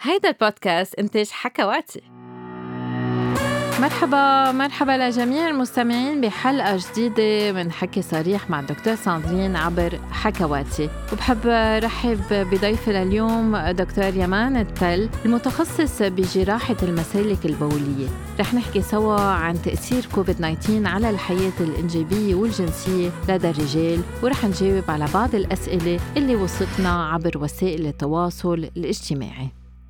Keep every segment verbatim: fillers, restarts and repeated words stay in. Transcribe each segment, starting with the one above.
هيدا البودكاست إنتاج حكواتي. مرحبا مرحبا لجميع المستمعين بحلقة جديدة من حكي صريح مع الدكتور ساندرين عبر حكواتي. وبحب رحب بضيفي لليوم دكتور يمان التل المتخصص بجراحة المسالك البولية. رح نحكي سوا عن تأثير كوفيد تسعة عشر على الحياة الإنجابية والجنسية لدى الرجال، ورح نجاوب على بعض الأسئلة اللي وصلتنا عبر وسائل التواصل الاجتماعي.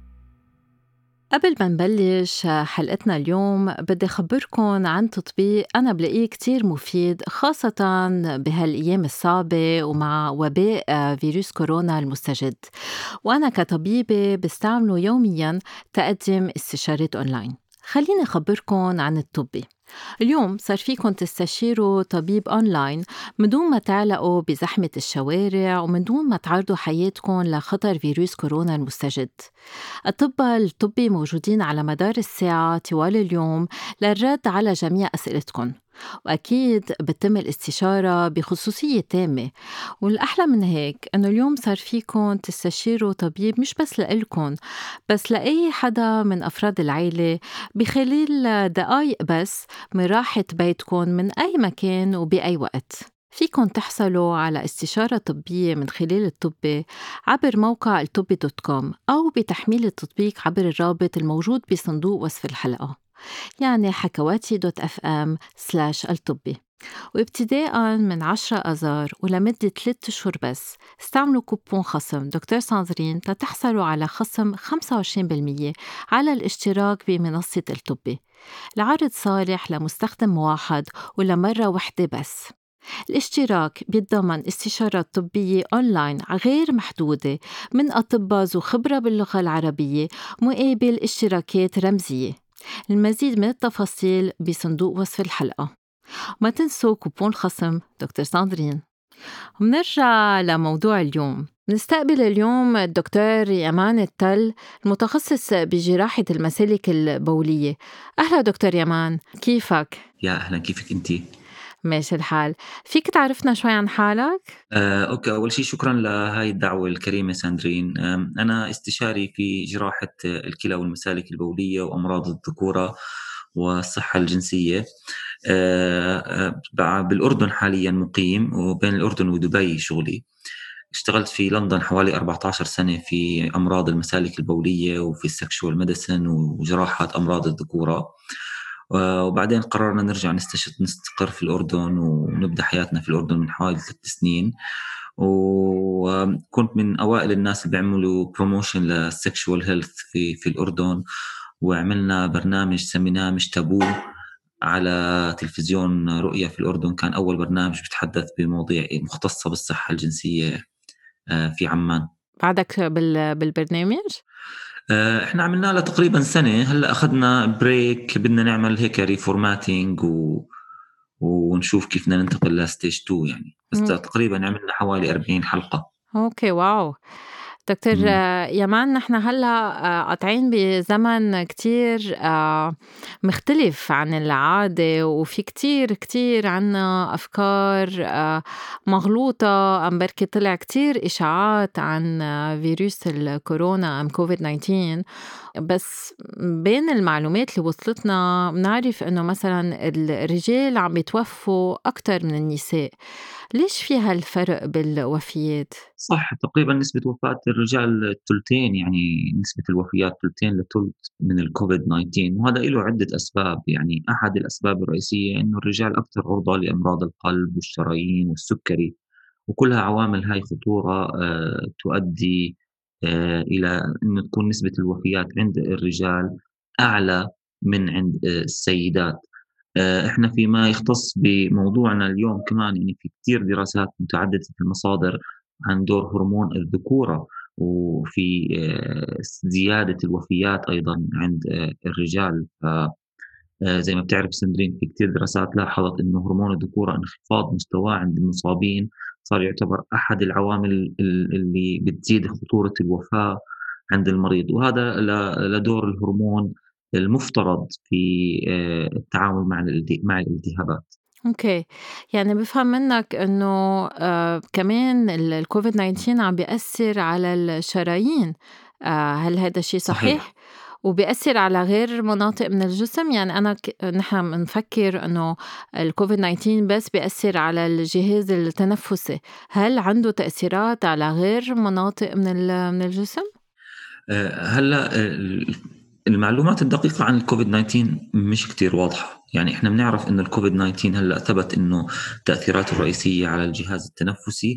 قبل ما نبلش حلقتنا اليوم بدي أخبركن عن تطبيق أنا بلاقيه كتير مفيد، خاصة بهالأيام الصعبة ومع وباء فيروس كورونا المستجد، وأنا كطبيبة بستعمله يومياً تقدم استشارات أونلاين. خليني أخبركن عن الطبي. اليوم صار فيكن تستشيروا طبيب أونلاين من دون ما تعلقوا بزحمة الشوارع ومن دون ما تعرضوا حياتكم لخطر فيروس كورونا المستجد. الأطباء الطبي موجودين على مدار الساعة طوال اليوم للرد على جميع أسئلتكم، وأكيد بتم الاستشارة بخصوصية تامة. والأحلى من هيك أنه اليوم صار فيكم تستشيروا طبيب مش بس لإلكم، بس لأي حدا من أفراد العائلة بخلال دقايق بس من راحة بيتكم من أي مكان وبأي وقت. فيكن تحصلوا على استشارة طبية من خلال الطبي عبر موقع الطبي دوت كوم أو بتحميل التطبيق عبر الرابط الموجود بصندوق وصف الحلقة، يعني حكواتي دوت اف ام سلاش الطبي. وابتداء من عشرة أذار ولمدة ثلاثة أشهر بس استعملوا كوبون خصم دكتور ساندرين تتحصلوا على خصم خمسة وعشرين بالمية على الاشتراك بمنصة الطبي. العرض صالح لمستخدم واحد ولمرة واحدة بس. الاشتراك بيتضمن استشارات طبية أونلاين غير محدودة من أطباء ذو خبرة باللغة العربية مقابل اشتراكات رمزية. المزيد من التفاصيل بصندوق وصف الحلقة. ما تنسوا كوبون خصم دكتور ساندرين. ومنرجع لموضوع اليوم. نستقبل اليوم الدكتور يمان التل المتخصص بجراحة المسالك البولية. أهلا دكتور يمان، كيفك؟ يا أهلا، كيفك أنتي؟ ماشي الحال. فيك تعرفنا شوي عن حالك؟ آه، أوكي، أول شيء شكرا لهاي الدعوة الكريمة ساندرين. آم، أنا استشاري في جراحة الكلى والمسالك البولية وأمراض الذكورة والصحة الجنسية. آه، آه، بالأردن حاليا مقيم، وبين الأردن ودبي شغلي. اشتغلت في لندن حوالي أربعة عشر سنة في أمراض المسالك البولية وفي السكشوال ميديسن وجراحة أمراض الذكورة. وبعدين قررنا نرجع نستشط نستقر في الأردن ونبدأ حياتنا في الأردن من حوالي ثلاث سنين. وكنت من أوائل الناس اللي بيعملوا بروموشن للسكشوال هيلث في في الأردن، وعملنا برنامج سميناه مش تابو على تلفزيون رؤية في الأردن. كان أول برنامج بيتحدث بمواضيع مختصة بالصحة الجنسية في عمان. بعدك بال... بالبرنامج؟ احنا عملنا له تقريبا سنة، هلأ أخذنا بريك، بدنا نعمل هيك ريفورماتينج و... ونشوف كيف بدنا ننتقل لستيج اثنين يعني. بس مم. تقريبا عملنا حوالي أربعين حلقة. أوكي، واو دكتور مم. يمان، نحن هلأ قاطعين بزمن كتير مختلف عن العادة، وفي كتير كتير عنا أفكار مغلوطة. أم بركي طلع كتير إشاعات عن فيروس الكورونا أم كوفيد تسعة عشر، بس بين المعلومات اللي وصلتنا بنعرف إنه مثلا الرجال عم يتوفوا أكتر من النساء. ليش في هالفرق بالوفيات؟ صح، تقريبا نسبة وفاة الرجال ثلثين، يعني نسبة الوفيات ثلثين لثلث من الكوفيد تسعة عشر. وهذا له عدة أسباب. يعني أحد الأسباب الرئيسية إنه الرجال أكثر عرضة لأمراض القلب والشرايين والسكري، وكلها عوامل هاي خطورة آه، تؤدي آه، إلى أنه تكون نسبة الوفيات عند الرجال أعلى من عند آه، السيدات. آه، إحنا فيما يختص بموضوعنا اليوم كمان، يعني في كتير دراسات متعددة المصادر عن دور هرمون الذكورة وفي آه، زيادة الوفيات أيضا عند آه، الرجال. آه، زي ما بتعرف سندرين، في كتير دراسات لاحظت إنه هرمون الذكورة انخفاض مستواه عند المصابين صار يعتبر أحد العوامل ال- اللي بتزيد خطورة الوفاة عند المريض. وهذا ل- لدور الهرمون المفترض في آه، التعامل مع الالت- مع الالتهابات. أوكي، يعني بفهم منك إنه آه كمان ال الكوفيد تسعة عشر عم بيأثر على الشرايين آآ هل هيدا الشي صحيح. صحيح؟ وبيأثّر على غير مناطق من الجسم؟ يعني أنا ك نحن منفكّر إنه الكوفيد تسعة عشر بس بيأثّر على الجهاز التنفُّسي، هل عنده تأثيرات على غير مناطق من ال من الجسم؟ آآ هلّأ ال المعلومات الدقيقة عن الCovid-تسعة عشر مش كتير واضحة، يعني إحنا بنعرف إنه الCovid-تسعة عشر هلّأ ثبت إنه تأثيراته الرئيسية على الجهاز التنفُّسي،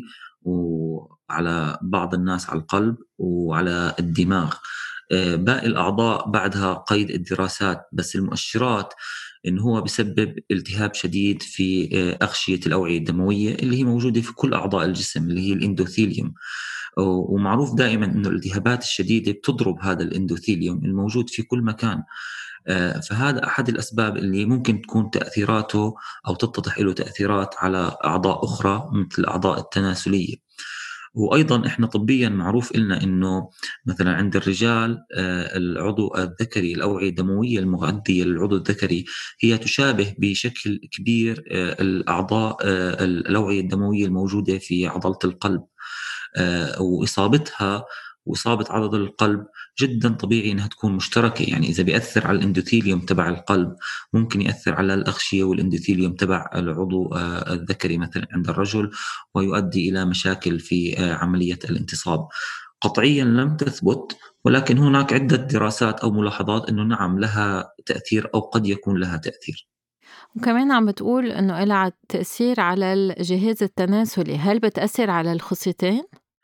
وعلى بعض الناس على القلب وعلى الدماغ. آآ باقي الأعضاء بعدها قيد الدراسات، بس المؤشرات إنه هو بيسبب التهاب شديد في آآ أغشية الأوعية الدموية اللي هي موجودة في كل أعضاء الجسم اللي هي الEndothelium. و ومعروف دائمًا إنه الالتهابات الشديدة بتضرب هذا الEndothelium الموجود في كل مكان. آآ فهذا أحد الأسباب اللي ممكن تكون تأثيراته أو تتضح له تأثيرات على أعضاء أخرى مثل الأعضاء التناسلية. وأيضًا إحنا طبيًا معروف إلنا إنه مثلًا عند الرجال آآ العضو الذكري الأوعية الدموية المغذية للعضو الذكري هي تشابه بشكل كبير آآ الأعضاء آآ ال الأوعية الدموية الموجودة في عضلة القلب. آآ وإصابتها وإصابة عضلة القلب جدًا طبيعي إنها تكون مشتركة، يعني إذا بيأثّر على الEndothelium تبع القلب ممكن يأثّر على الأغشية والEndothelium تبع العضو آآ الذكري مثلًا عند الرجل، ويؤدي إلى مشاكل في آآ عملية الانتصاب. قطعيًا لم تثبت، ولكن هناك عدة دراسات أو ملاحظات إنه نعم لها تأثير أو قد يكون لها تأثير. وكمان عم بتقول إنه إلها تأثير على الجهاز التناسلي، هل بتأثّر على الخصيتين؟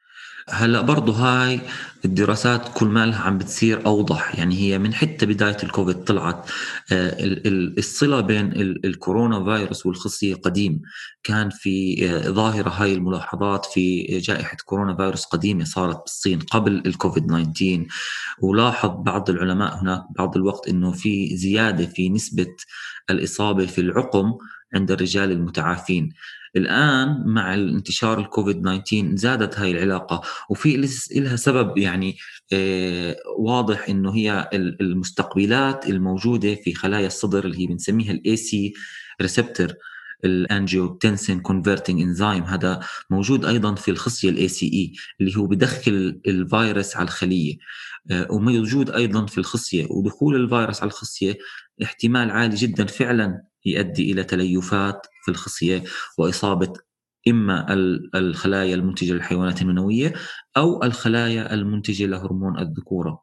هلأ برضه هاي الدراسات كل مالها عم بتصير أوضح، يعني هي من حتى بداية الكوفيد طلعت آآ ال ال الصلة بين ال الكورونا فيروس والخصية قديم. كان في آآ ظاهرة هاي الملاحظات في جائحة كورونا فيروس قديمة صارت بالصين قبل الكوفيد تسعة عشر. ولاحظ بعض العلماء هناك بعض الوقت إنه في زيادة في نسبة الإصابة في العقم عند الرجال المتعافين. الآن مع الانتشار الكوفيد تسعة عشر زادت هاي العلاقة، وفي لس إلها سبب يعني آآ واضح إنه هي ال المستقبلات الموجودة في خلايا الصدر اللي هي بنسميها الAC receptor الangiotensin converting enzyme هذا موجود أيضًا في الخصية الACE اللي هو بيدخّل الفيروس على الخلية. آآ وموجود أيضًا في الخصية، ودخول الفيروس على الخصية احتمال عالي جدًا فعلًا يؤدي إلى تليفات في الخصية وإصابة إما ال الخلايا المنتجة للحيوانات المنوية أو الخلايا المنتجة لهرمون الذكورة.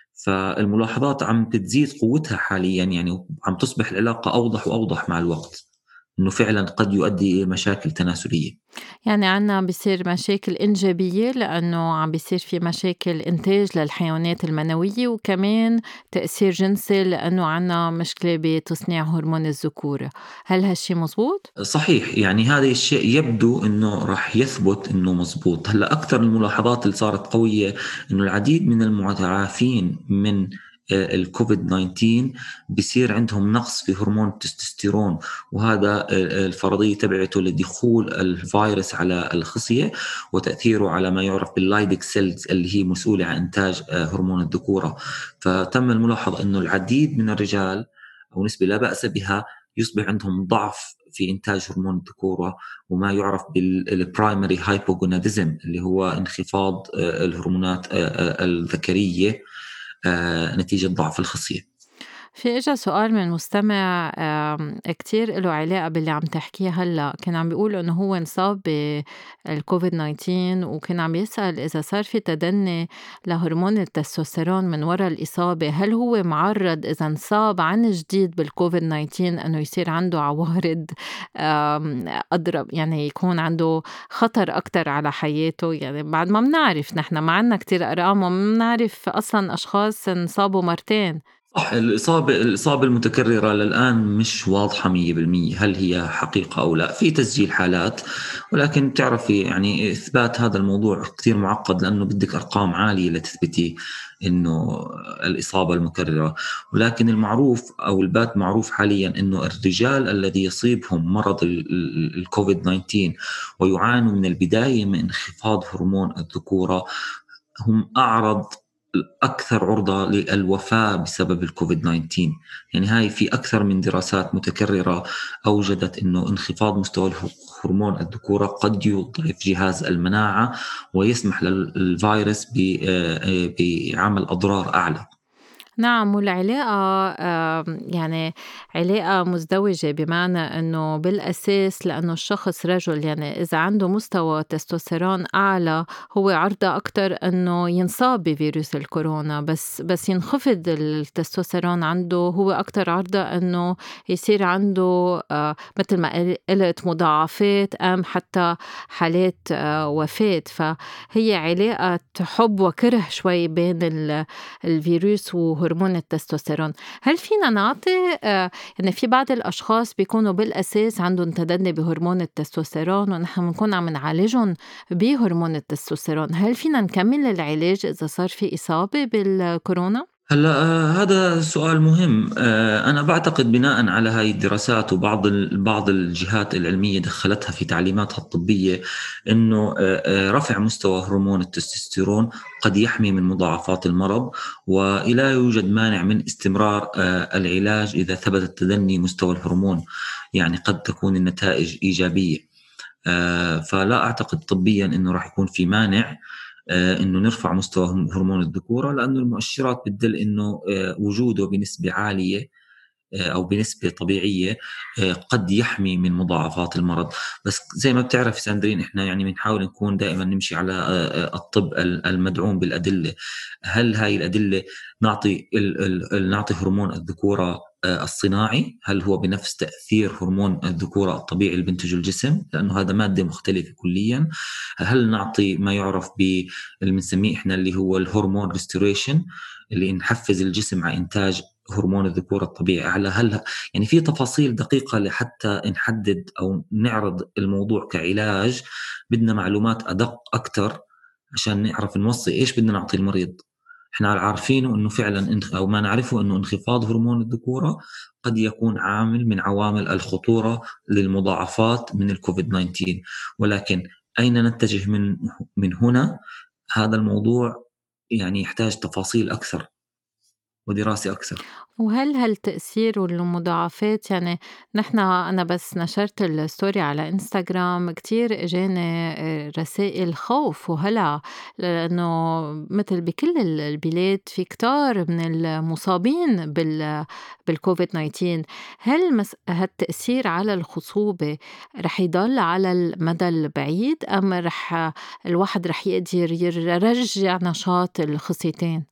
فالملاحظات عم بتزيد قوتها حاليًا يعني وعم تصبح العلاقة أوضح وأوضح مع الوقت، إنه فعلًا قد يؤدي إلى مشاكل تناسلية. يعني عنا بيصير مشاكل إنجابية لأنه عم بيصير في مشاكل إنتاج للحيوانات المنوية، وكمان تأثير جنسي لأنه عنا مشكلة بتصنيع هرمون الذكورة، هل هالشي مزبوط؟ صحيح، يعني هذا الشيء يبدو إنه راح يثبت إنه مضبوط. هلأ أكتر الملاحظات اللي صارت قوية إنه العديد من المتعافين من آآ الكوفيد تسعة عشر بيصير عندهم نقص في هرمون التستوستيرون، وهذا آآ الفرضية تبعته لدخول الفيروس على الخصية وتأثيره على ما يُعرف بالLeydig cells اللي هي مسؤولة عن إنتاج آآ هرمون الذكورة. فتم الملاحظة إنه العديد من الرجال أو نسبة لا بأس بها يصبح عندهم ضعف في إنتاج هرمون الذكورة وما يعرف بالبرايمري هايبوغوناديزم اللي هو انخفاض آه، الهرمونات آه، آه، الذكرية آه، نتيجة ضعف الخصية. في إجا سؤال من مستمع آم، كتير له علاقة باللي عم تحكيه هلا، كان عم بيقول إنه هو انصاب بالكوفيد تسعة عشر، وكان عم يسأل إذا صار في تدني لهرمون التستوستيرون من وراء الإصابة، هل هو معرض إذا انصاب عن جديد بالكوفيد تسعة عشر إنه يصير عنده عوارض آم، أضرب، يعني يكون عنده خطر أكتر على حياته؟ يعني بعد ما بنعرف نحن ما عنا كتير أرقام وما بنعرف أصلا أشخاص انصابوا مرتين. صح، الإصابة الإصابة المتكررة للآن مش واضحة مية بالمية هل هي حقيقة أو لا. في تسجيل حالات، ولكن تعرفي يعني إثبات هذا الموضوع كثير معقد لأنه بدك أرقام عالية لتثبتي إنه الإصابة المكررة. ولكن المعروف أو البات معروف حاليا إنه الرجال الذي يصيبهم مرض ال- ال- الكوفيد تسعة عشر ويعانوا من البداية من انخفاض هرمون الذكورة هم أعرض الأكثر عرضة للوفاة بسبب الكوفيد تسعة عشر. يعني هاي في أكثر من دراسات متكررة أوجدت أنه انخفاض مستوى هرمون الذكورة قد يضعف جهاز المناعة ويسمح للفيروس ب- آه، آه، بعمل أضرار أعلى. نعم، والعلاقة آمم، يعني علاقة مزدوجة، بمعنى إنه بالأساس لإنه الشخص رجل، يعني إذا عنده مستوى تستوستيرون أعلى هو عرضة أكتر إنه ينصاب بفيروس الكورونا، بس بس ينخفض التستوستيرون عنده هو أكتر عرضة إنه يصير عنده آآ متل ما قل قلت مضاعفات أم حتى حالات آآ وفاة، فهي علاقة حُب وكره شوي بين ال الفيروس وهرمون التستوستيرون. هل فينا نعطي آه، يعني في بعض الأشخاص بيكونوا بالأساس عندهم تدني بهرمون التستوستيرون ونحن بنكون عم نعالجهم بهرمون التستوستيرون، هل فينا نكمل العلاج إذا صار في إصابة بالكورونا؟ هلا آه، هذا سؤال مهم. آه، أنا بعتقد بناء على هاي الدراسات وبعض ال- بعض الجهات العلمية دخلتها في تعليماتها الطبية إنه آه، آه، رفع مستوى هرمون التستوستيرون قد يحمي من مضاعفات المرض، ولا يوجد مانع من استمرار آه، العلاج إذا ثبت تدني مستوى الهرمون. يعني قد تكون النتائج إيجابية. آه، فلا أعتقد طبيا أنه راح يكون في مانع آه، أنه نرفع مستوى هرمون الذكورة، لأنه المؤشرات بتدل أنه آه، وجوده بنسبة عالية آه، أو بنسبة طبيعية آه، قد يحمي من مضاعفات المرض. بس زي ما بتعرف ساندرين، إحنا يعني بنحاول نكون دائما نمشي على آه، آه، الطب المدعوم بالأدلة. هل هاي الأدلة نعطي ال ال ال نعطي هرمون الذكورة آه، الصناعي، هل هو بنفس تأثير هرمون الذكورة الطبيعي اللي بينتجه الجسم، لأنه هذا مادة مختلفة كليا؟ هل نعطي ما يعرف باللي بنسميه إحنا اللي هو الهرمون ريستوريشن، اللي نحفز الجسم على إنتاج هرمون الذكورة الطبيعي أعلى؟ هل يعني في تفاصيل دقيقة لحتى نحدد أو نعرض الموضوع كعلاج؟ بدنا معلومات أدق أكثر عشان نعرف نوصي إيش بدنا نعطي المريض. إحنا عارفينه إنه فعلا أو ما نعرفه إنه انخفاض هرمون الذكورة قد يكون عامل من عوامل الخطورة للمضاعفات من الكوفيد تسعة عشر، ولكن أين نتجه من من هنا؟ هذا الموضوع يعني يحتاج تفاصيل أكثر ودراسة أكثر. وهل هالتأثير والمضاعفات، يعني نحن أنا بس نشرت الستوري على إنستغرام كتير إجاني آه، رسائل خوف وهلع، لأنه مثل بكل ال- البلاد في كتار من المصابين بال بالكوفيد تسعة عشر. هل مس- هالتأثير على الخصوبة رح يضل على المدى البعيد أم رح الواحد رح يقدر يرجع نشاط الخصيتين؟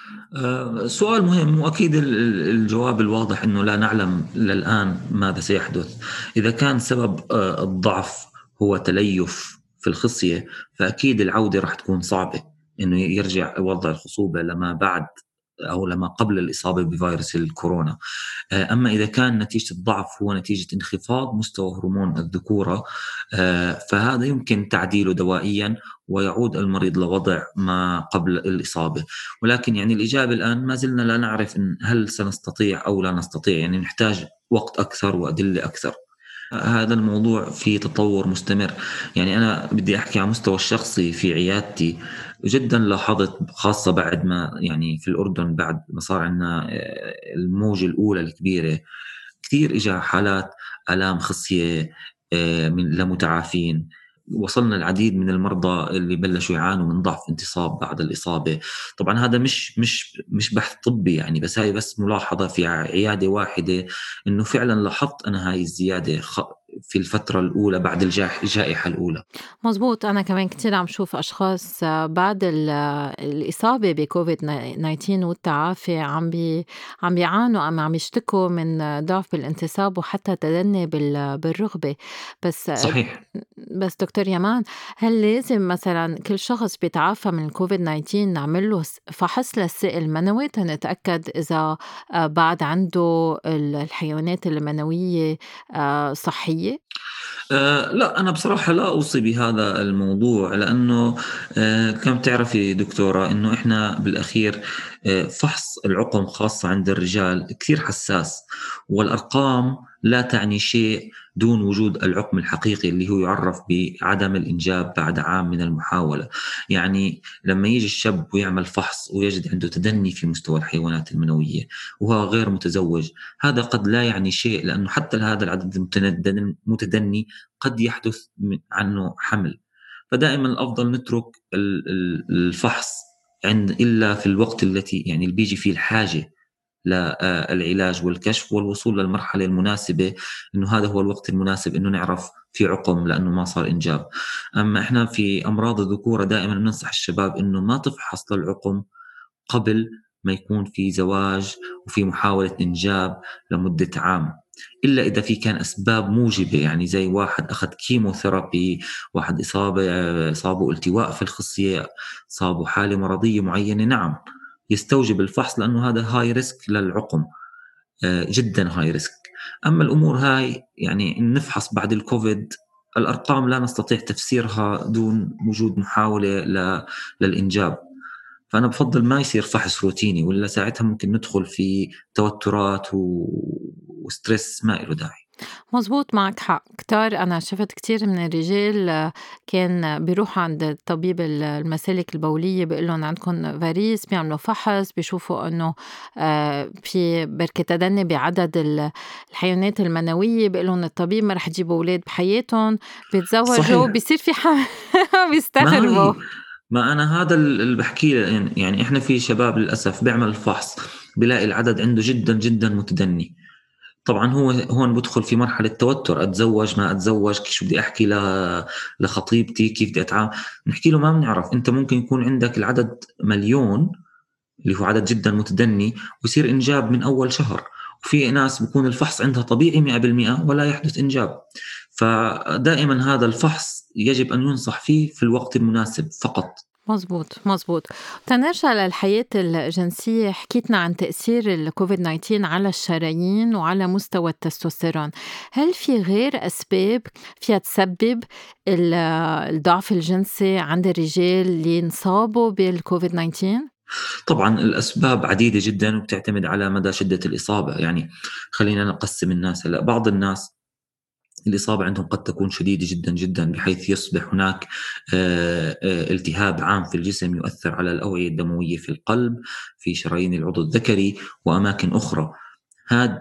آه، سؤال مهم، وأكيد ال- ال- الجواب الواضح أنه لا نعلم للآن ماذا سيحدث. إذا كان سبب آه، الضعف هو تليف في الخصية، فأكيد العودة راح تكون صعبة، أنه يرجع وضع الخصوبة لما بعد أو لما قبل الإصابة بفيروس الكورونا. آه، أما إذا كان نتيجة الضعف هو نتيجة انخفاض مستوى هرمون الذكورة، آه، فهذا يمكن تعديله دوائيا ويعود المريض لوضع ما قبل الإصابة. ولكن يعني الإجابة الآن ما زلنا لا نعرف إن هل سنستطيع أو لا نستطيع، يعني نحتاج وقت أكثر وأدلة أكثر. هذا الموضوع في تطور مستمر. يعني أنا بدي أحكي على مستوى الشخصي في عيادتي، جدا لاحظت خاصة بعد ما يعني في الأردن بعد ما صار عندنا آه، الموجة الأولى الكبيرة، كثير إجا حالات آلام خصية آه، من لمتعافين. وصلنا العديد من المرضى اللي بلشوا يعانوا من ضعف انتصاب بعد الإصابة. طبعا هذا مش مش مش بحث طبي يعني، بس هاي بس ملاحظة في عيادة واحدة، إنه فعلا لاحظت أنا هاي الزيادة خ- في الفترة الأولى بعد الجائحة الجائحة الأولى. مزبوط، أنا كمان كتير عم شوف أشخاص آه، بعد ال- آه، الإصابة بكوفيد تسعة عشر والتعافي عم بي عم بيعانوا أم عم يشتكوا من آه، ضعف بالانتصاب وحتى تدني بال- بالرغبة. بس آه، صحيح. بس دكتور يمان، هل لازم مثلا كل شخص بيتعافى من كوفيد تسعة عشر نعمل له س- فحص للسائل المنوي تنتأكد إذا آه، بعد عنده ال- الحيوانات المنوية آه، صحية؟ أه لا، أنا بصراحة لا أوصي بهذا الموضوع، لأنه أه كما تعرفي دكتورة أنه إحنا بالأخير أه فحص العقم خاصة عند الرجال كثير حساس، والأرقام لا تعني شيء دون وجود العقم الحقيقي اللي هو يعرف بعدم الإنجاب بعد عام من المحاولة. يعني لما يجي الشاب ويعمل فحص ويجد عنده تدني في مستوى الحيوانات المنوية وهو غير متزوج، هذا قد لا يعني شيء، لأنه حتى هذا العدد المتدني قد يحدث عنه حمل. فدائما الأفضل نترك الفحص عند إلا في الوقت التي يعني اللي بيجي فيه الحاجة للعلاج والكشف والوصول للمرحلة المناسبة، إنه هذا هو الوقت المناسب إنه نعرف في عقم لأنه ما صار إنجاب. أما إحنا في أمراض الذكورة دائما ننصح الشباب إنه ما تفحص للعقم قبل ما يكون في زواج وفي محاولة إنجاب لمدة عام، إلا إذا في كان أسباب موجبة، يعني زي واحد أخذ كيموثيرابي، واحد إصابة صابه التواء في الخصية، صابه حالة مرضية معينة، نعم يستوجب الفحص لأنه هذا هاي ريسك للعقم، جدا هاي ريسك. أما الأمور هاي يعني نفحص بعد الكوفيد، الأرقام لا نستطيع تفسيرها دون وجود محاولة للإنجاب. فأنا بفضل ما يصير فحص روتيني، ولا ساعتها ممكن ندخل في توترات وستريس ما له داعي. مزبوط، معك حق كتار. أنا شفت كتير من الرجال كان بيروحوا عند الطبيب المسالك البولية بيقول لهم عندكم فاريس، بيعملوا فحص بيشوفوا أنه في بركة تدني بعدد الحيوانات المنوية، بيقول لهم الطبيب ما رح يجيبوا أولاد بحياتهم، بيتزوجوا بيصير في حمل بيستغربوا. ما أنا هذا اللي بحكيه، يعني إحنا في شباب للأسف بيعمل الفحص بيلاقي العدد عنده جدا جدا متدني، طبعا هو هون بدخل في مرحلة توتر، أتزوج ما أتزوج، كيف بدي أحكي لخطيبتي، كيف بدي أتعامل. نحكي له ما بنعرف، أنت ممكن يكون عندك العدد مليون اللي هو عدد جدا متدني ويصير إنجاب من أول شهر، وفي ناس بيكون الفحص عندها طبيعي مئة بالمئة ولا يحدث إنجاب. فدائما هذا الفحص يجب أن ينصح فيه في الوقت المناسب فقط. مزبوط مزبوط. تنرجع للحياة الجنسية، حكيتنا عن تأثير الكوفيد تسعة عشر على الشرايين وعلى مستوى التستوستيرون. هل في غير أسباب فيها تسبب الضعف الجنسي عند الرجال اللي انصابوا بالكوفيد تسعة عشر؟ طبعا الأسباب عديدة جدا وبتعتمد على مدى شدة الإصابة. يعني خلينا نقسم الناس. هلا بعض الناس الإصابة عندهم قد تكون شديدة جدا جدا بحيث يصبح هناك التهاب عام في الجسم يؤثر على الأوعية الدموية في القلب، في شرايين العضو الذكري وأماكن أخرى. هذا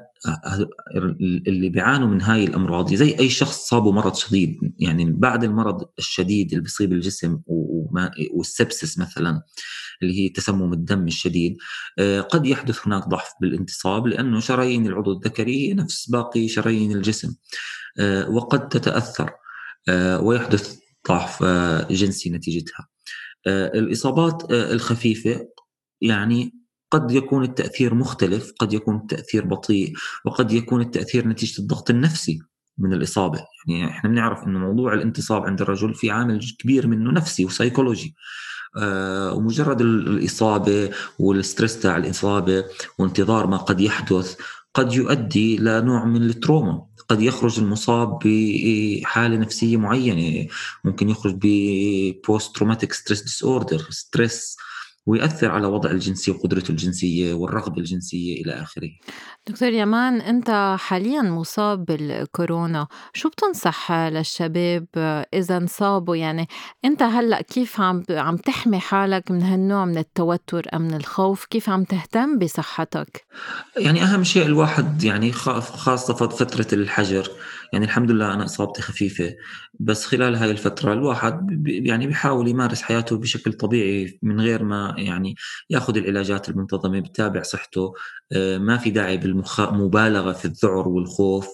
اللي بيعانوا من هاي الأمراض زي أي شخص صابه مرض شديد، يعني بعد المرض الشديد اللي بيصيب الجسم والسبسس مثلا اللي هي تسمم الدم الشديد، قد يحدث هناك ضعف بالانتصاب، لأنه شرايين العضو الذكري هي نفس باقي شرايين الجسم، وقد تتأثر ويحدث ضعف جنسي نتيجتها. الإصابات الخفيفة يعني قد يكون التأثير مختلف، قد يكون التأثير بطيء، وقد يكون التأثير نتيجة الضغط النفسي من الإصابة. يعني إحنا بنعرف إنه موضوع الانتصاب عند الرجل في عامل كبير منه نفسي وسايكولوجي، آه ومجرد الإصابة والستريس تاع الإصابة وانتظار ما قد يحدث قد يؤدي لنوع من التروما. قد يخرج المصاب بحالة نفسية معينة، ممكن يخرج ببوست تروماتيك ستريس ديسوردر ستريس، ويأثر على وضع الجنسي وقدرته الجنسية والرغبة الجنسية إلى آخره. دكتور يمان، أنت حاليا مصاب بالكورونا، شو بتنصح للشباب إذا انصابوا؟ يعني أنت هلأ كيف عم عم تحمي حالك من هالنوع من التوتر أم من الخوف؟ كيف عم تهتم بصحتك؟ يعني أهم شيء الواحد يعني خاصة فترة الحجر، يعني الحمد لله أنا إصابتي خفيفة، بس خلال هاي الفترة الواحد يعني بيحاول يمارس حياته بشكل طبيعي من غير ما يعني يأخذ العلاجات المنتظمة، بتابع صحته، ما في داعي بالمبالغة في الذعر والخوف،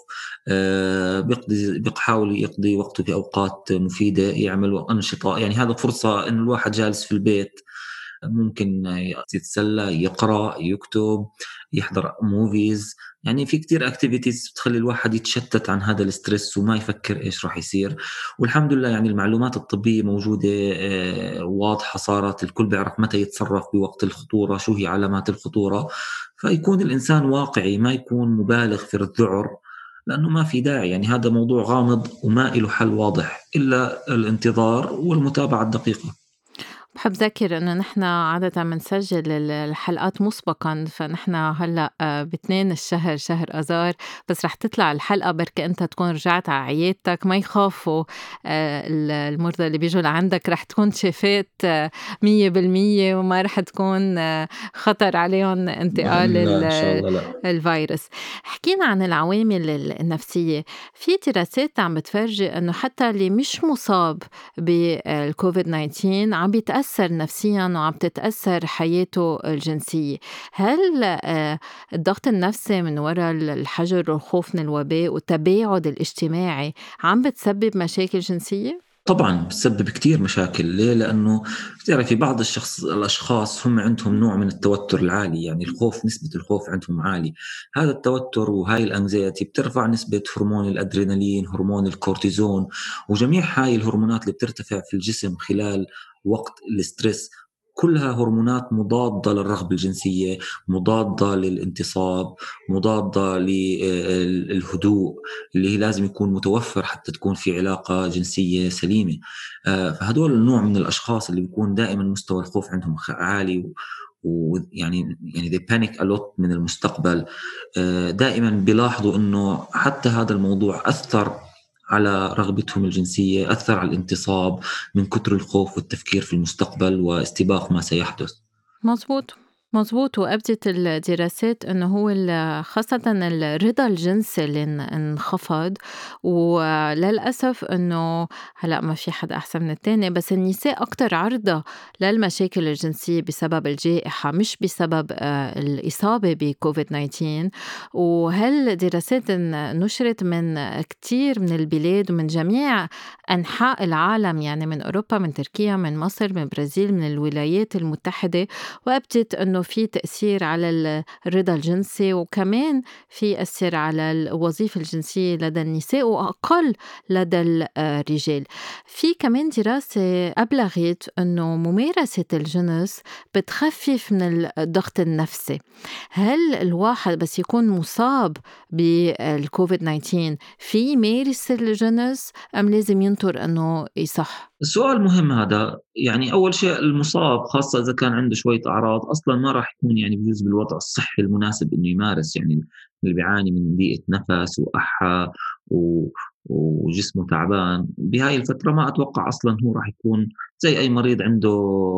بيقضي بيحاول يقضي وقته بأوقات مفيدة، يعمل أنشطة. يعني هذا فرصة إن الواحد جالس في البيت ممكن يتسلى، يقرأ، يكتب، يحضر موفيز. يعني في كتير اكتيفيتيز بتخلي الواحد يتشتت عن هذا الستريس وما يفكر إيش راح يصير. والحمد لله يعني المعلومات الطبية موجودة واضحة، صارت الكل بيعرف متى يتصرف بوقت الخطورة، شو هي علامات الخطورة، فيكون الإنسان واقعي ما يكون مبالغ في الذعر، لأنه ما في داعي. يعني هذا موضوع غامض وما له حل واضح إلا الانتظار والمتابعة الدقيقة. باحب أذكّر إنه نحن عادةً منسجّل ال الحلقات مسبقًا، فنحن هلأ باتنين الشهر شهر آذار، بس رح تطلع الحلقة بركي أنت تكون رجعت ع عيادتك، ما يخافوا آآ ال المرضى اللي بييجوا لعندك، رح تكون شفيت مية بالمية وما رح تكون آه، خطر عليهم انتقال لا إن شاء ال الله لا. الفيروس. حكينا عن العوامل ال النفسية، في دراسات عم بتفرجي إنه حتى اللي مش مُصاب بالكوفيد تسعة عشر عم بيتأثّر نفسيًا وعم تتأثّر حياته الجنسية. هل آآ الضغط النفسي من ورا ال الحجر والخوف من الوباء والتباعد الاجتماعي عم بتسبب مشاكل جنسية؟ طبعًا بتسبب كتير مشاكل، ليه؟ لأنه بتعرفي بعض الشخص الأشخاص هم عندهم نوع من التوتر العالي، يعني الخوف نسبة الخوف عندهم عالي، هذا التوتر وهاي الanxiety بترفع نسبة هرمون الأدرينالين، هرمون الكورتيزون، وجميع هاي الهرمونات اللي بترتفع في الجسم خلال وقت الstress، كلها هرمونات مضادة للرغبة الجنسية، مضادة للانتصاب، مضادة للهدوء اللي هي لازم يكون متوفر حتى تكون في علاقة جنسية سليمة. آه، فهدول النوع من الأشخاص اللي بيكون دائما مستوى الخوف عندهم خ- عالي، ويعني يعني they panic a lot من المستقبل. آه، دائما بيلاحظوا انه حتى هذا الموضوع أثر على رغبتهم الجنسية، أثر على الانتصاب من كتر الخوف والتفكير في المستقبل واستباق ما سيحدث. مضبوط، مضبوط، وأبدت الدراسات إنه هو ال خاصةً الرضا الجنسي اللي ان انخفض، وللأسف إنه هلأ ما في حدا أحسن من التاني، بس النساء أكتر عرضة للمشاكل الجنسية بسبب الجائحة مش بسبب آآ الإصابة بكوفيد تسعة عشر. وهالدراسات ان نُشرت من كتير من البلاد ومن جميع أنحاء العالم، يعني من أوروبا، من تركيا، من مصر، من البرازيل، من الولايات المتحدة، وأبدت إنه في تأثير على ال الرضا الجنسي، وكمان في يأثّر على الوظيفة الجنسية لدى النساء وأقل لدى ال آآ الرجال. في كمان دراسة أبلغت إنه ممارسة الجنس بتخفف من ال الضغط النفسي. هل الواحد بس يكون مُصاب بالكوفيد تسعة عشر في يمارس الجنس أم لازم ينطر إنه يصح؟ السؤال مهم هذا، يعني أول شيء المصاب خاصة إذا كان عنده شوية أعراض أصلًا ما راح يكون يعني بيجوز بالوضع الصحي المناسب إنه يمارس، يعني اللي بيعاني من ضيقة نفس وأحّة و وجسمه تعبان بهاي الفترة ما أتوقع أصلًا هو راح يكون زي أي مريض عنده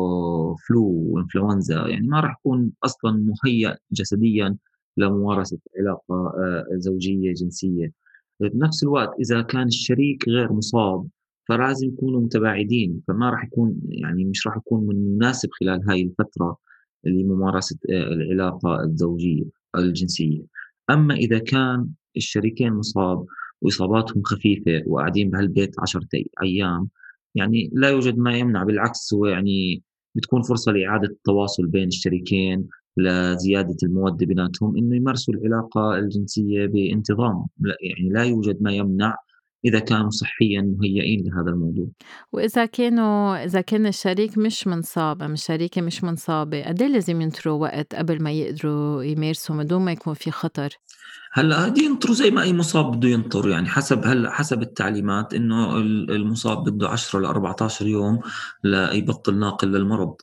flu وإنفلونزا، يعني ما راح يكون أصلًا مُهيأ جسديًا لممارسة علاقة آآ زوجية جنسية. بنفس الوقت إذا كان الشريك غير مصاب فلازم يكونوا متباعدين، فما راح يكون يعني مش راح يكون من مناسب خلال هاي الفترة لممارسة آآ العلاقة الزوجية أو الجنسية. أمّا إذا كان الشريكين مُصاب وإصاباتهم خفيفة وقاعدين بهالبيت عشرة أي أيام، يعني لا يوجد ما يمنع، بالعكس هو يعني بتكون فرصة لإعادة التواصل بين الشريكين لزيادة المودة بيناتهم، إنه يمارسوا العلاقة الجنسية بانتظام، لا يعني لا يوجد ما يمنع إذا كانوا صحيًا مهيئين لهذا الموضوع. وإذا كانوا إذا كان الشريك مش منصاب أم الشريكة مش منصابة، قد إيه لازم ينطروا وقت قبل ما يقدروا يمارسوا من دون ما يكون في خطر؟ هلأ هاد ينطروا زي ما أي مصاب بده ينطر، يعني حسب هلأ حسب التعليمات إنه ال المصاب بده عشرة لأربعتاشر يوم ليبطل ناقل للمرض،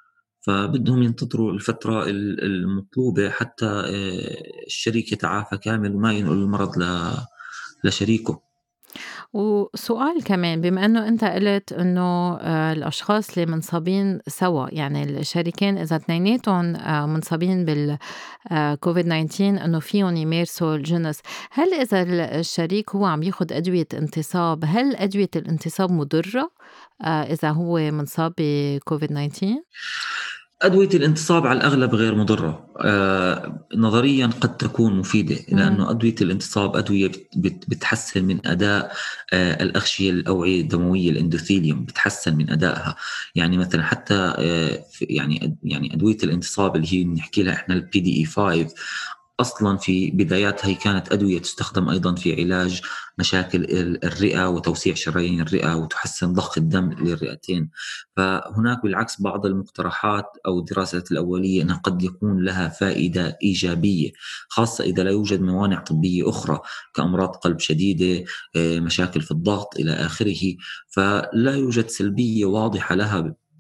فبدهم ينتظروا الفترة ال المطلوبة حتى آآ الشريك يتعافى كامل وما ينقل المرض ل لشريكه. وسؤال كمان، بما إنه أنت قُلت إنه آآ الأشخاص اللي منصابين سوا، يعني الشريكين إذا اتنيناتهم آآ منصابين بال آآ كوفيد تسعة عشر إنه فيهم يمارسوا الجنس، هل إذا ال الشريك هو عم ياخُد أدوية انتصاب، هل أدوية الانتصاب مُضرّة آآ إذا هو منصاب بكوفيد تسعة عشر؟ أدوية الانتصاب على الأغلب غير مضرة، آآ نظريًا قد تكون مفيدة، إمم. لأنه أدوية الانتصاب أدوية بت بت بتحسّن من أداء آآ الأغشية الأوعية الدموية الendothelium، بتحسّن من أدائها، يعني مثلًا حتى آآ ف يعني أد يعني أدوية الانتصاب اللي هي بنحكي لها إحنا الPDE five أصلًا في بداياتها هي كانت أدوية تستخدم أيضًا في علاج مشاكل ال الرئة وتوسيع شرايين الرئة وتحسّن ضخ الدم للرئتين. فهناك بالعكس بعض المقترحات أو الدراسات الأولية أنها قد يكون لها فائدة إيجابية، خاصة إذا لا يوجد موانع طبية أخرى كأمراض قلب شديدة، آه، مشاكل في الضغط إلى آخره، فلا يوجد سلبية واضحة لها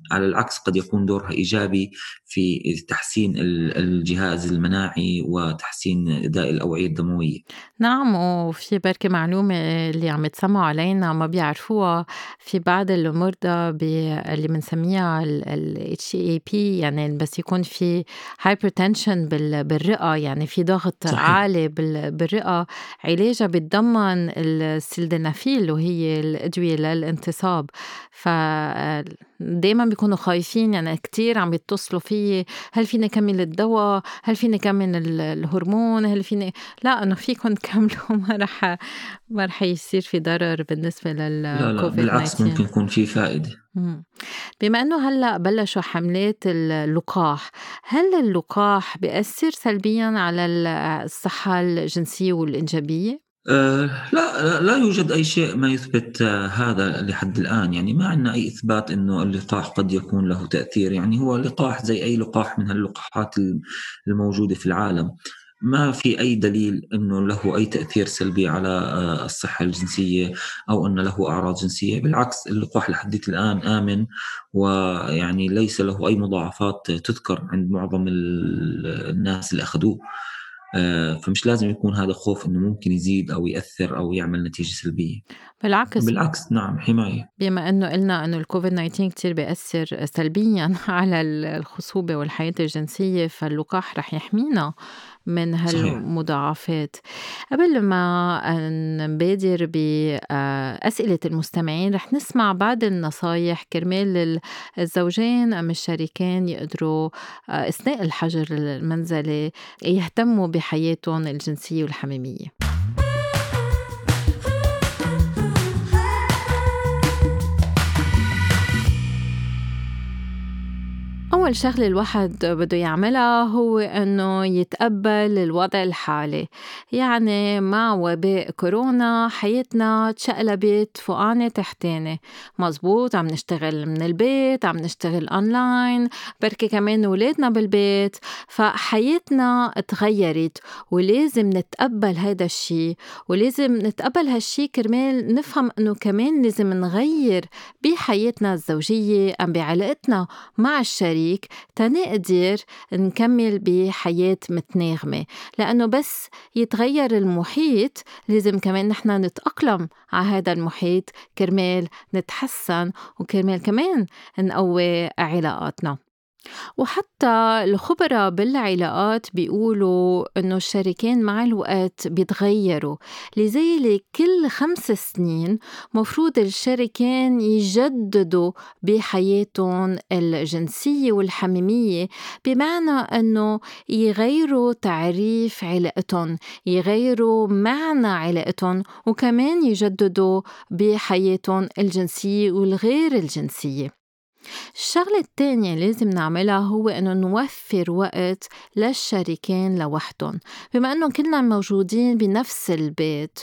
على العكس قد يكون دورها إيجابي في تحسين ال الجهاز المناعي وتحسين أداء الأوعية الدموية. نعم، وفي بركي معلومة اللي عم يتسمعوا علينا ما بيعرفوها. في بعض المرضى بي اللي بنسميها ال ال إتش إيه بي، يعني بس يكون في hypertension بال بالرئة، يعني في ضغط صحيح، عالي بال بالرئة، علاجها بيتضمن السلدنافيل وهي الأدوية للانتصاب. ف دايمًا بيكونوا خايفين، يعني كتير عم يتصلوا فيي: هل فيني كمّل الدوا؟ هل فيني كمّل ال الهرمون؟ هل فيني لأ، إنه فيكن تكملوا ما رح ما رح يصير في ضرر بالنسبة لا، لا بالعكس للCovid ممكن تسعة عشر. يكون في فائدة. إمم. بما إنه هلأ بلشوا حملات ال اللقاح، هل اللقاح بيأثّر سلبيًا على ال الصحة الجنسية والإنجابية؟ آآ لأ، لا لا يوجد أي شيء ما يثبت آه، هذا لحد الآن، يعني ما عندنا أي إثبات إنه اللقاح قد يكون له تأثير، يعني هو لقاح زي أي لقاح من هاللقاحات ال الموجودة في العالم، ما في أي دليل إنه له أي تأثير سلبي على آآ الصحة الجنسية أو أن له أعراض جنسية، بالعكس اللقاح لحديت الآن آمن، ويعني ليس له أي مضاعفات تُذكر عند معظم ال الناس اللي أخدوه. آآ، فمش لازم يكون هذا خوف إنه ممكن يزيد أو يأثّر أو يعمل نتيجة سلبية، بالعكس، بالعكس نعم حماية. بما إنه قلنا إنه الكوفيد تسعة عشر كتير بيأثّر سلبيًا على ال الخصوبة والحياة الجنسية، فاللقاح رح يحمينا من صحيح. هالمضاعفات. قبل ما نبادر بأسئلة المستمعين، رح نسمع بعض النصايح كرمال ال الزوجين أم الشريكين يقدروا آآ أثناء الحجر المنزلي يهتموا بحياتهم الجنسية والحميمية. أول شغلة الواحد بده يعملها هو إنه يتقبل الوضع الحالي، يعني مع وباء كورونا حياتنا تشقلبت فوقاني تحتاني. مزبوط، عم نشتغل من البيت، عم نشتغل أونلاين، بركي كمان ولادنا بالبيت، فحياتنا تغيرت ولازم نتقبل هيدا الشي، ولازم نتقبل هالشي كرمال نفهم إنه كمان لازم نغير بحياتنا الزوجية أم بعلاقتنا مع الشريك تنقدر نكمل بحياة متناغمة. لأنه بس يتغير المحيط لازم كمان نحنا نتأقلم على هذا المحيط كرمال نتحسن وكرمال كمان نقوي علاقاتنا. وحتى الخبراء بالعلاقات بيقولوا إنه الشريكين مع الوقت بيتغيروا، لذلك كل خمس سنين مفروض الشريكين يجددوا بحياتهم الجنسية والحميمية، بمعنى إنه يغيروا تعريف علاقتهم، يغيروا معنى علاقتهم، وكمان يجددوا بحياتهم الجنسية والغير الجنسية. الشغلة التانية لازم نعملها هو إنه نوفر وقت للشريكين لوحدهم، بما إنه كلنا موجودين بنفس البيت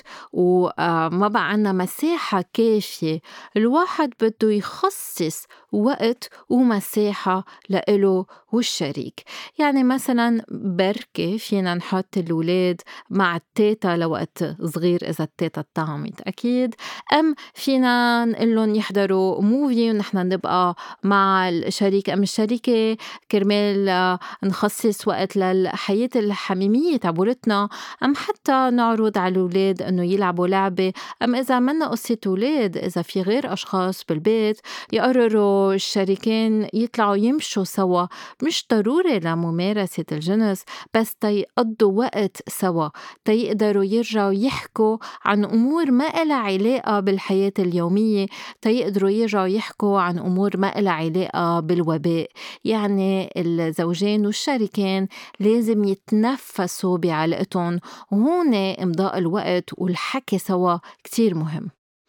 وما بقى عنا مساحة كافية. الواحد بده يخصص وقت ومساحة لإله والشريك. يعني مثلا بركة فينا نحط الولاد مع التيتا لوقت صغير إذا التيتا طعمت أكيد، أم فينا نقلن يحضروا موفي ونحن نبقى مع الشريك أم الشريكة كرمال آه، نخصص وقت للحياة الحميمية تبولتنا، أم حتى نعرض على الأولاد أنه يلعبوا لعبة، أم إذا منا قصة أولاد إذا في غير أشخاص بالبيت يقرروا الشريكين يطلعوا يمشوا سوا، مش ضروري لممارسة الجنس بس تيقضوا وقت سوا، تيقدروا يرجعوا يحكوا عن أمور ما إلها علاقة بالحياة اليومية، تيقدروا يرجعوا يحكوا عن أمور ما إلها علاقة بالوباء. يعني الزوجين والشريكين لازم يتنفسوا بعلاقتهم، وهون إمضاء الوقت والحكي سوا كتير مهم.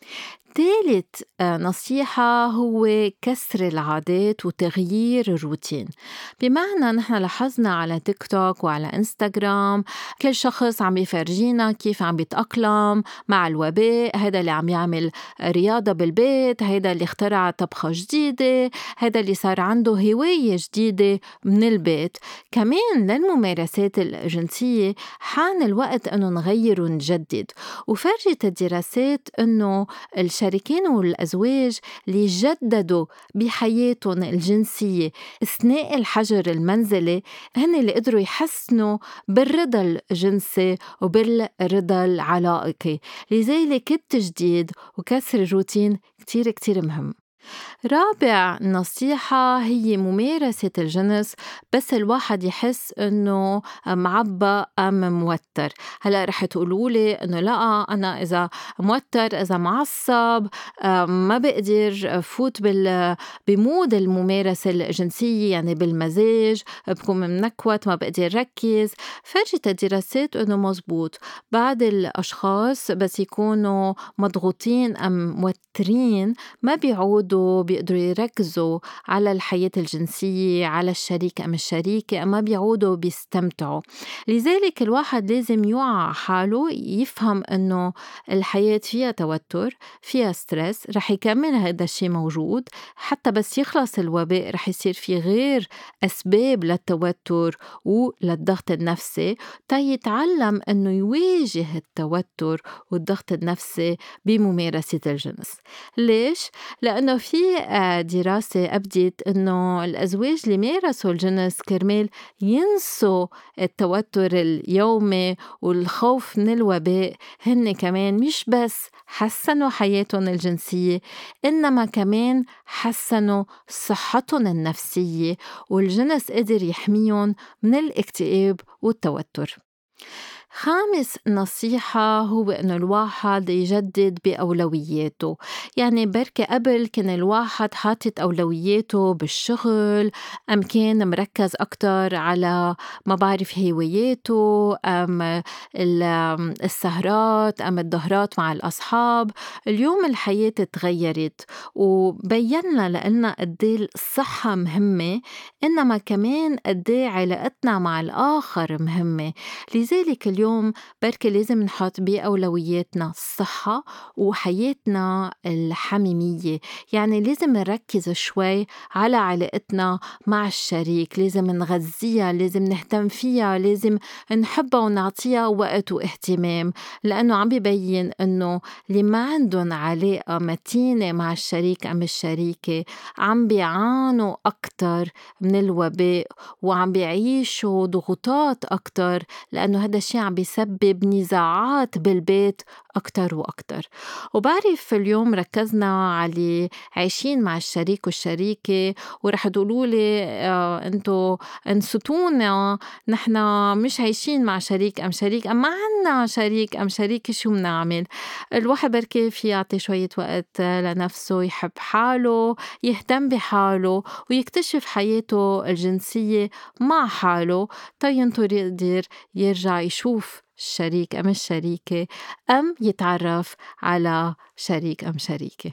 ثالث آه، نصيحة هو كسر العادات وتغيير الروتين. بمعنى نحن لاحظنا على تيك توك وعلى انستغرام كل شخص عم يفرجينا كيف عم بيتأقلم مع الوباء، هيدا اللي عم يعمل رياضة بالبيت، هيدا اللي اخترع طبخة جديدة، هيدا اللي صار عنده هواية جديدة من البيت. كمان للممارسات الجنسية حان الوقت أنه نغير ونجدد. وفرجت الدراسات أنه الشركة الشريكين والأزواج اللي جددوا بحياتهم الجنسية أثناء الحجر المنزلي هن اللي قدروا يحسنوا بالرضا الجنسي وبالرضا العلائقي. لذلك التجديد وكسر الروتين كتير كتير مهم. رابع نصيحة هي ممارسة الجنس بس الواحد يحس إنه معبى أم موتر. هلأ رح تقولولي إنه لا، أنا إذا موتر إذا معصب آه، ما بقدر فوت بال بمود الممارسة الجنسية، يعني بالمزاج بكون منكوت ما بقدر ركز. فرجت الدراسات إنه مزبوط بعض الأشخاص بس يكونوا مضغوطين أم موترين ما بيعودوا بيقدروا يركزوا على الحياة الجنسية، على الشريك أم الشريكة، ما بيعودوا بيستمتعوا. لذلك الواحد لازم يوعى حاله، يفهم إنه الحياة فيها توتر فيها ستريس، رح يكمل هذا الشيء موجود حتى بس يخلص الوباء، رح يصير في غير أسباب للتوتر وللضغط النفسي، تيتعلم إنه يواجه التوتر والضغط النفسي بممارسة الجنس. ليش؟ لأنه في آه، دراسة أبدت إنه الأزواج اللي مارسوا الجنس كرمال ينسوا التوتر اليومي والخوف من الوباء، هن كمان مش بس حسنوا حياتهم الجنسية إنما كمان حسنوا صحتهم النفسية، والجنس قدر يحميهم من الاكتئاب والتوتر. خامس نصيحة هو إنه الواحد يجدد بأولوياته. يعني بركة قبل كان الواحد حاطط أولوياته بالشغل، أم كان مركز أكتر على ما بعرف هواياته أم ال- أم السهرات أم الظهرات مع الأصحاب. اليوم الحياة تغيرت وبينا لنا قديه الصحة مهمة، إنما كمان قديه علاقتنا مع الآخر مهمة. لذلك اليوم بركة لازم نحط بأولوياتنا الصحة وحياتنا الحميمية. يعني لازم نركز شوي على علاقتنا مع الشريك، لازم نغذيها، لازم نهتم فيها، لازم نحبها ونعطيها وقت واهتمام، لأنه عم بيبين إنه اللي ما عندهم علاقة متينة مع الشريك أم الشريكة عم بيعانوا أكتر من الوباء وعم بيعيشوا ضغوطات أكتر، لأنه هذا الشيء عم بيسبب نزاعات بالبيت أكتر وأكتر. وبعرف اليوم ركزنا على عايشين مع الشريك والشريكة، ورح تقولولي آه أنتو انستونا، نحنا مش عايشين مع شريك أم شريك أم ما عنا شريك أم شريكة، شو منعمل؟ الواحد بركي في يعطي شوية وقت لنفسه، يحب حاله، يهتم بحاله ويكتشف حياته الجنسية مع حاله، تينطر يقدر يرجع يشوف الشريك أم الشريكة أم يتعرف على شريك أم شريكة.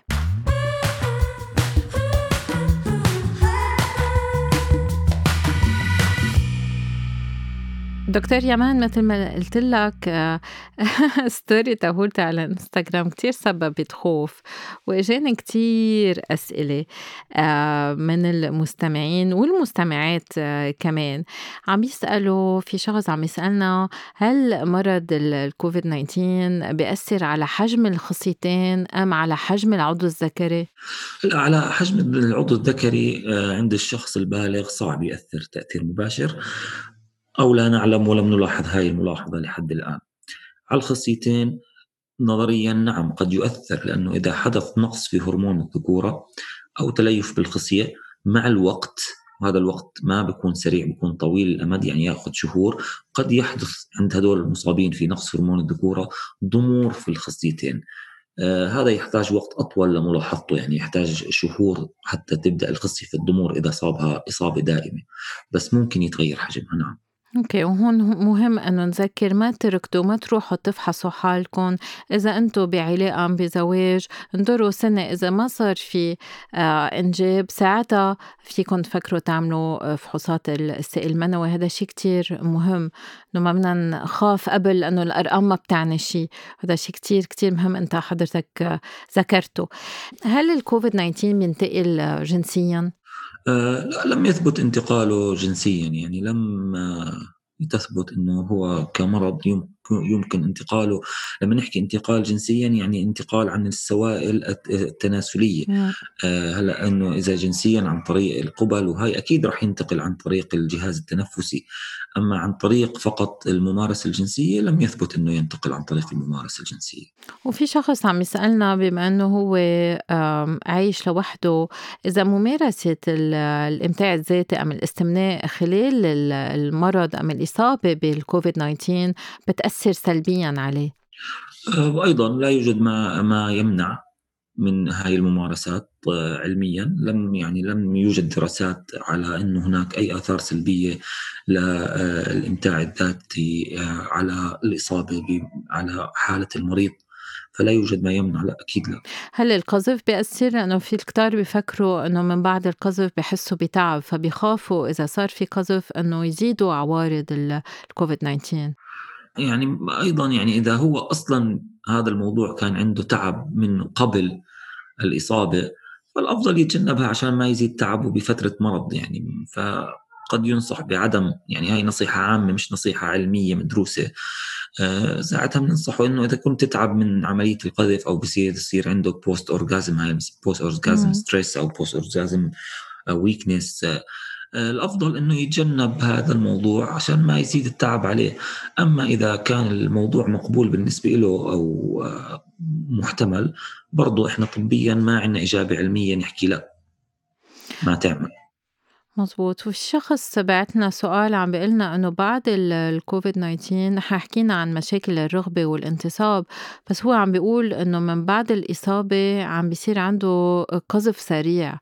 دكتور يمان، مثل ما قلت لك ستوري تابولتي على انستغرام كتير سببت خوف، واجاني كتير أسئلة آه، من المستمعين والمستمعات آه، كمان عم يسألوا. في شخص عم يسألنا هل مرض الكوفيد تسعة عشر بيأثر على حجم الخصيتين أم على حجم العضو الذكري؟ لا، على حجم العضو الذكري آه، عند الشخص البالغ صعب يأثر تأثير مباشر، أو لا نعلم ولم نلاحظ هاي الملاحظة لحد الآن. على الخصيتين نظريا نعم قد يؤثر، لأنه إذا حدث نقص في هرمون الذكورة أو تليف بالخصية مع الوقت، وهذا الوقت ما بيكون سريع، بيكون طويل الأمد، يعني يأخذ شهور، قد يحدث عند هدول المصابين في نقص هرمون الذكورة ضمور في الخصيتين. آه هذا يحتاج وقت أطول لملاحظته، يعني يحتاج شهور حتى تبدأ الخصية في الضمور إذا صابها إصابة دائمة، بس ممكن يتغير حجمها نعم. اوكي، وهون مهم انه نذكر ما تركتوا ما تروحوا تفحصوا حالكم. اذا انتم بعلاقه بزواج انظروا سنه، اذا ما صار في آه انجاب ساعتها فيكم تفكروا تعملوا فحوصات السائل المنوي. هذا شيء كتير مهم، انه ما بدنا نخاف قبل لانه الارقام ما بتعني شيء. هذا شيء كتير كتير مهم انت حضرتك آه ذكرته. هل الكوفيد تسعة عشر بينتقل جنسيا؟ آه لا، لم يثبت انتقاله جنسيا، يعني لم آه، تثبت أنه هو كمرض يم يمكن انتقاله. لما نحكي انتقال جنسيا يعني انتقال عن السوائل الت- التناسلية. مم. آه، هلا انه اذا جنسيا عن طريق القبل وهي اكيد راح ينتقل عن طريق الجهاز التنفسي، اما عن طريق فقط الممارسه الجنسيه لم يثبت انه ينتقل عن طريق الممارسه الجنسيه. وفي شخص عم يسألنا بما إنه هو آم، عايش لوحده، إذا ممارسة ال- الإمتاع الذاتي أم الاستمناء خلال ال- المرض أم الإصابة بالكوفيد تسعة عشر بتأثر سلبيا عليه. آه، وايضا لا يوجد ما ما يمنع من هاي الممارسات. آه، علميا لم يعني لم يوجد دراسات على انه هناك اي اثار سلبيه للامتاع الذاتي آه، على الاصابه ب- على حاله المريض. فلا يوجد ما يمنع، لا اكيد لا. هل القذف بيأثر؟ لأنه في الكتار بيفكروا إنه من بعد القذف بحسوا بتعب، فبيخافوا إذا صار في قذف إنه يزيدوا عوارض ال- الكوفيد تسعة عشر. يعني أيضا يعني إذا هو أصلا هذا الموضوع كان عنده تعب من قبل الإصابة، فالأفضل يتجنبها عشان ما يزيد تعبه بفترة مرض. يعني فقد ينصح بعدم، يعني هاي نصيحة عامة مش نصيحة علمية مدروسة. آه، ساعتها بننصحه إنه إذا كنت تتعب من عملية القذف أو بصير يصير عندك بوست أورجازم، هاي بوست أورجازم مم. ستريس أو بوست أورجازم ويكنس، الأفضل أنه يتجنب هذا الموضوع عشان ما يزيد التعب عليه. أما إذا كان الموضوع مقبول بالنسبة له أو آه، محتمل، برضو إحنا طبيا ما عندنا إجابة علمية نحكي لا ما تعمل. مظبوط. والشخص بعتنا سؤال عم بيقلنا إنه بعد ال- الكوفيد تسعة عشر نحن حكينا عن مشاكل الرغبة والانتصاب، بس هو عم بيقول إنه من بعد الإصابة عم بيصير عنده قذف سريع.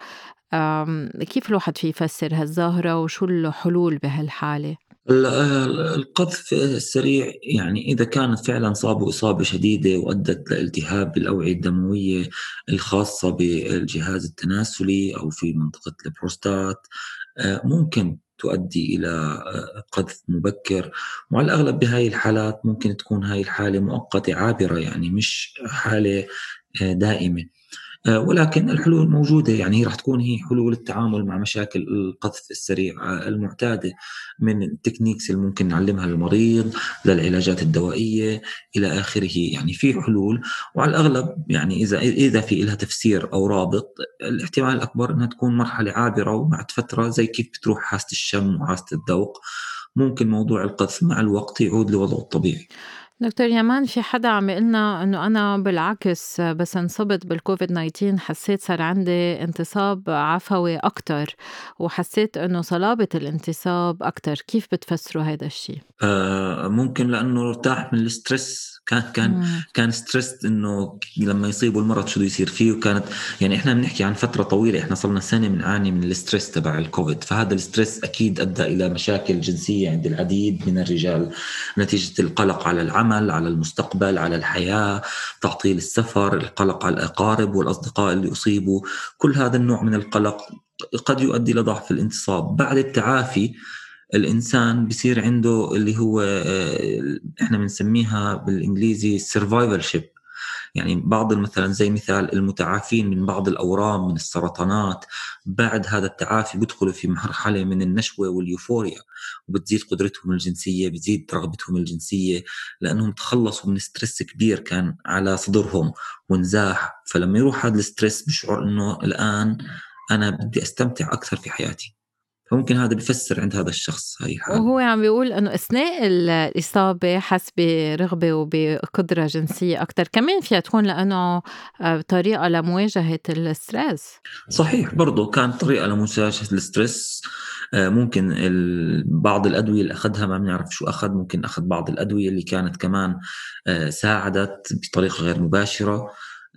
أم، كيف الواحد فيه يفسر هالظاهرة وشو الحلول بهالحالة؟ ال- ال- القذف السريع يعني إذا كانت فعلا صابوا إصابة شديدة وأدت لالتهاب بالأوعية الدموية الخاصة بالجهاز التناسلي أو في منطقة البروستات، آه، ممكن تؤدي إلى آه، قذف مبكر. وعلى الأغلب بهاي الحالات ممكن تكون هاي الحالة مؤقتة عابرة، يعني مش حالة آه، دائمة. آه، ولكن الحلول موجودة، يعني هي راح تكون هي حلول التعامل مع مشاكل القذف السريع آه، المعتادة، من التكنيكس اللي ممكن نعلمها للمريض للعلاجات الدوائية إلى آخره. يعني في حلول، وعلى الأغلب يعني إذا إذا في لها تفسير أو رابط، الاحتمال الأكبر أنها تكون مرحلة عابرة، وبعد فترة زي كيف بتروح حاسة الشم وحاسة الذوق، ممكن موضوع القذف مع الوقت يعود لوضعه الطبيعي. دكتور يمان، في حدا عم يقلنا إنه أنا بالعكس بس انصبت بالكوفيد تسعة عشر حسيت صار عندي انتصاب عفوي أكتر، وحسيت إنه صلابة الانتصاب أكتر. كيف بتفسروا هيدا الشي؟ آه، ممكن لانه ارتاح من الستريس، كان كان مم. كان ستريس انه لما يصيبه المرض شو بده يصير فيه. وكانت يعني احنا بنحكي عن فتره طويله، احنا صرنا سنه بنعاني من الستريس تبع الكوفيد، فهذا الستريس اكيد ادى الى مشاكل جنسيه عند العديد من الرجال نتيجه القلق على العمل، على المستقبل، على الحياه، تعطيل السفر، القلق على الاقارب والاصدقاء اللي اصيبوا. كل هذا النوع من القلق قد يؤدي إلى ضعف الانتصاب. بعد التعافي الإنسان بصير عنده اللي هو آه، إحنا بنسميها بالإنجليزي survivorship. يعني بعض مثلا زي مثال المتعافين من بعض الأورام من السرطانات، بعد هذا التعافي بيدخلوا في مرحلة من النشوة واليوفوريا، وبتزيد قدرتهم الجنسية، بتزيد رغبتهم الجنسية، لأنهم تخلصوا من ستريس كبير كان على صدرهم ونزاح. فلما يروح هذا الستريس بشعر إنه الآن أنا بدي أستمتع أكثر في حياتي. فممكن هذا بيفسر عند هذا الشخص هاي الحالة. وهو عم بيقول إنه أثناء ال- الإصابة حس برغبة وبقدرة جنسية أكتر، كمان فيها تكون لأنه آه، طريقة لمواجهة الستريس. صحيح، برضو كانت طريقة لمواجهة الستريس. آه، ممكن ال- بعض الأدوية اللي أخذها ما بنعرف شو أخذ، ممكن أخذ بعض الأدوية اللي كانت كمان آه، ساعدت بطريقة غير مباشرة.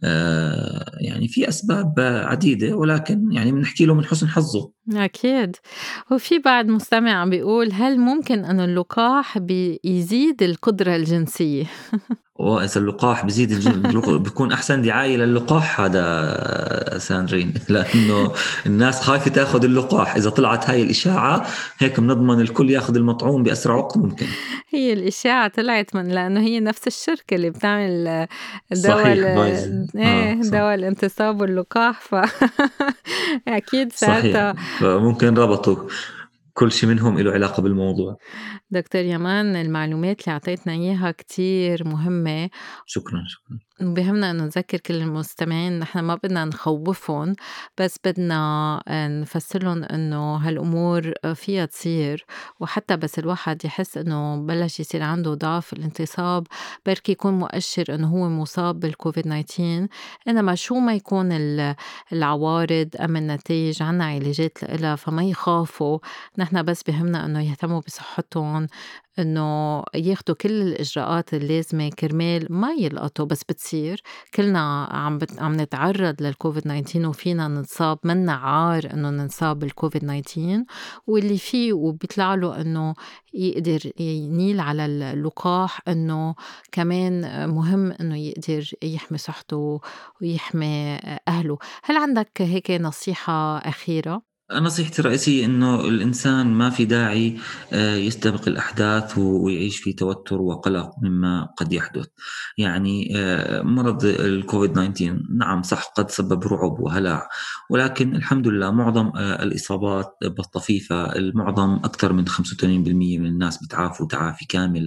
آه، يعني في أسباب آه، عديدة، ولكن يعني بنحكي له من حسن حظه. أكيد. وفي بعد مستمع عم بيقول هل ممكن أن اللقاح بيزيد القدرة الجنسية؟ وإذا اللقاح بزيد الجن... بيكون أحسن دعاية للقاح هذا ساندرين، لأنه الناس خايفة تأخذ اللقاح. إذا طلعت هاي الإشاعة هيك بنضمن الكل يأخذ المطعوم بأسرع وقت ممكن. هي الإشاعة طلعت من لأنه هي نفس الشركة اللي بتعمل دواء صحيح، ال- بايز. إيه آه صح. دواء الانتصاب واللقاح، ف أكيد صحيح، ساعتها. فممكن ربطوا. كل شيء منهم له علاقة بالموضوع. دكتور يمان، المعلومات اللي أعطيتنا إياها كتير مهمة. شكرا شكرا. بيهمنا إنه نذكّر كل المستمعين نحن ما بدنا نخوّفهم، بس بدنا آآ نفسّر لهم إنه هالأمور فيها تصير، وحتى بس الواحد يحس إنه بلّش يصير عنده ضعف الانتصاب بركي يكون مؤشر إنه هو مُصاب بالكوفيد تسعة عشر. إنما شو ما يكون ال العوارض أم النتايج عنّا علاجات لإلها، فما يخافوا. نحن بس بيهمنا إنه يهتموا بصحتهم، إنه ياخدوا كل الإجراءات اللازمة كرمال ما يلقطوا، بس بتصير كلنا عم بت... عم نتعرض للكوفيد تسعة عشر وفينا ننصاب، منا عار إنه ننصاب بالكوفيد تسعة عشر. واللي فيه وبيطلع له إنه يقدر ينيل على اللقاح، إنه كمان مهم إنه يقدر يحمي صحته ويحمي أهله. هل عندك هيك نصيحة أخيرة؟ نصيحتي الرئيسية إنه الإنسان ما في داعي آه، يستبق الأحداث و- ويعيش في توتر وقلق مما قد يحدث. يعني آه، مرض الكوفيد تسعة عشر نعم صح قد سبب رعب وهلع، ولكن الحمد لله معظم آه، الإصابات طفيفة. المعظم أكثر من خمسة وثمانين بالمئة من الناس بتعافوا تعافي كامل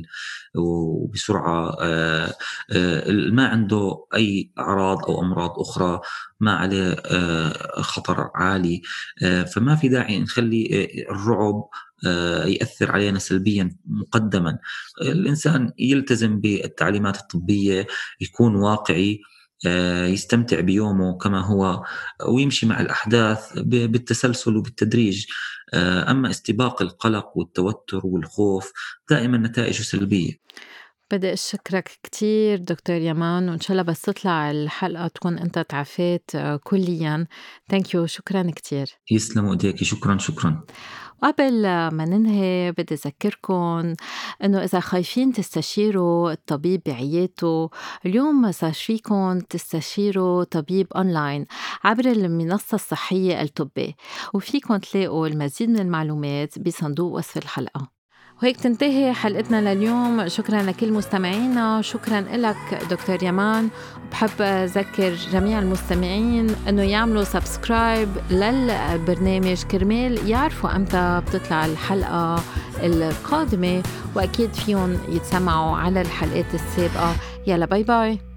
وبسرعة. آه، آه، ما عنده أي أعراض أو أمراض أخرى، ما عليه آه، خطر عالي. آه، فما في داعي نخلي آه، الرعب آه، يأثر علينا سلبيا مقدما. الإنسان يلتزم بالتعليمات الطبية، يكون واقعي، آه، يستمتع بيومه كما هو، ويمشي مع الأحداث ب- بالتسلسل وبالتدريج. آه، أما استباق القلق والتوتر والخوف دائما نتائجه سلبية. بدي أشكرك كتير دكتور يمان، وإن شاء الله بس تطلع الحلقة تكون أنت تعافيت آه، كليا. ثانك يو، شكرا كتير. يسلموا ايديك، شكرا شكرا. وقبل ما ننهي بدي أذكركن إنه إذا خايفين تستشيروا الطبيب بعيادته، اليوم صار فيكن تستشيروا طبيب أونلاين عبر المنصة الصحية الطبي، وفيكن تلاقوا المزيد من المعلومات بصندوق وصف الحلقة. وهيك تنتهي حلقتنا لليوم. شكرا لكل مستمعينا، شكرا لك دكتور يمان. بحب أذكر جميع المستمعين أنه يعملوا سبسكرايب للبرنامج كرمال يعرفوا أمتى بتطلع الحلقة القادمة، وأكيد فيهم يتسمعوا على الحلقات السابقة. يلا باي باي.